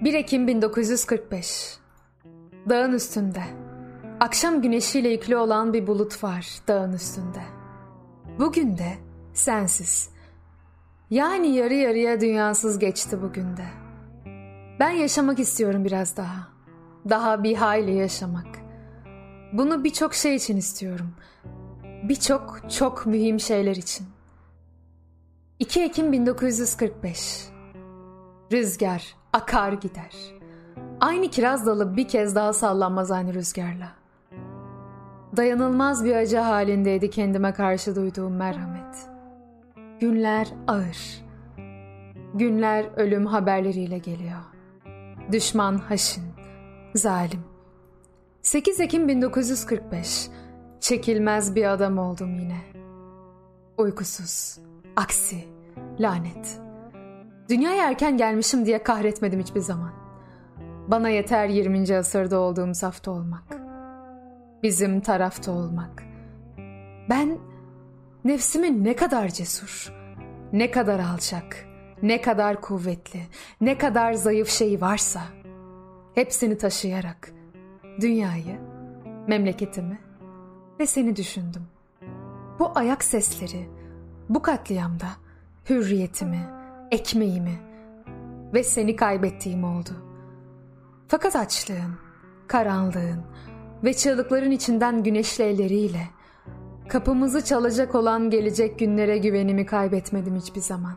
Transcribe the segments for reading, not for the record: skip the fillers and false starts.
1 Ekim 1945. Dağın üstünde. Akşam güneşiyle yüklü olan bir bulut var dağın üstünde. Bugün de sensiz. Yani yarı yarıya dünyasız geçti bugün de. Ben yaşamak istiyorum biraz daha. Daha bir hayli yaşamak. Bunu birçok şey için istiyorum. Birçok çok mühim şeyler için. 2 Ekim 1945. Rüzgar akar gider. Aynı kiraz dalı bir kez daha sallanmaz aynı rüzgarla. Dayanılmaz bir acı halindeydi kendime karşı duyduğum merhamet. Günler ağır. Günler ölüm haberleriyle geliyor. Düşman haşin, zalim. 8 Ekim 1945. Çekilmez bir adam oldum yine. Uykusuz, aksi, lanet. Dünyaya erken gelmişim diye kahretmedim hiçbir zaman. Bana yeter 20. asırda olduğum safta olmak. Bizim tarafta olmak. Ben nefsimin ne kadar cesur, ne kadar alçak, ne kadar kuvvetli, ne kadar zayıf şeyi varsa hepsini taşıyarak dünyayı, memleketimi ve seni düşündüm. Bu ayak sesleri, bu katliamda hürriyetimi, ekmeğimi ve seni kaybettiğim oldu. Fakat açlığın, karanlığın ve çığlıkların içinden güneşli elleriyle kapımızı çalacak olan gelecek günlere güvenimi kaybetmedim hiçbir zaman.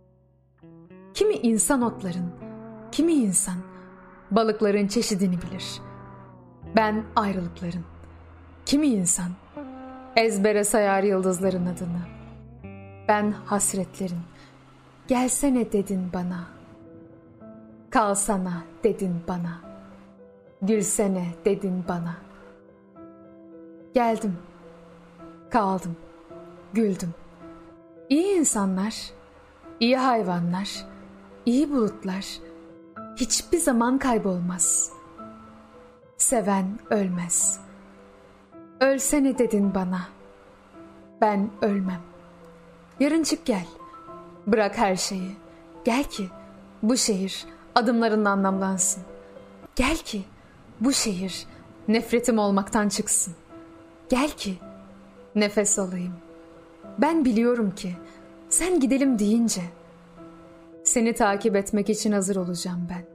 Kimi insan otların, kimi insan balıkların çeşidini bilir. Ben ayrılıkların, kimi insan ezbere sayar yıldızların adını. Ben hasretlerin, gelsene dedin bana, kalsana dedin bana, gülsene dedin bana. Geldim, kaldım, güldüm. İyi insanlar, iyi hayvanlar, iyi bulutlar hiçbir zaman kaybolmaz. Seven ölmez. Ölsene dedin bana, ben ölmem. Yarıncık gel, bırak her şeyi. Gel ki bu şehir adımlarınla anlamlansın. Gel ki bu şehir nefretim olmaktan çıksın. Gel ki nefes alayım. Ben biliyorum ki sen gidelim deyince seni takip etmek için hazır olacağım ben.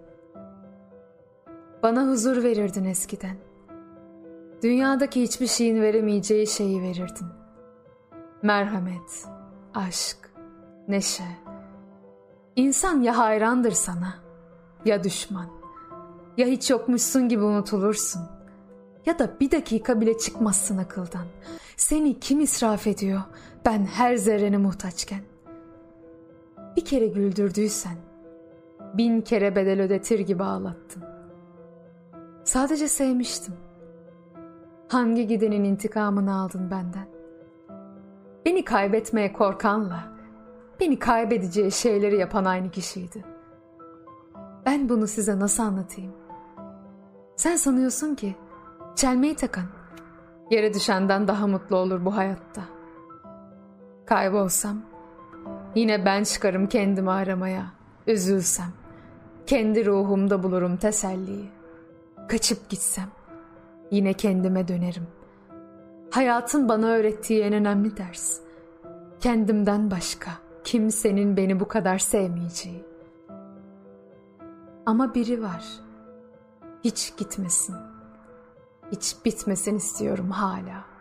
Bana huzur verirdin eskiden. Dünyadaki hiçbir şeyin veremeyeceği şeyi verirdin. Merhamet, aşk, neşe. İnsan ya hayrandır sana, ya düşman. Ya hiç yokmuşsun gibi unutulursun. Ya da bir dakika bile çıkmazsın akıldan. Seni kim israf ediyor, ben her zerrene muhtaçken? Bir kere güldürdüysen, 1000 kere bedel ödetir gibi ağlattın. Sadece sevmiştim. Hangi gidenin intikamını aldın benden? Beni kaybetmeye korkanla, beni kaybedeceği şeyleri yapan aynı kişiydi. Ben bunu size nasıl anlatayım? Sen sanıyorsun ki çelmeyi takan yere düşenden daha mutlu olur bu hayatta. Kaybolsam yine ben çıkarım kendimi aramaya. Üzülsem kendi ruhumda bulurum teselliyi. Kaçıp gitsem yine kendime dönerim. Hayatın bana öğrettiği en önemli ders, kendimden başka kimsenin beni bu kadar sevmeyeceği. Ama biri var. Hiç gitmesin. Hiç bitmesin istiyorum hala.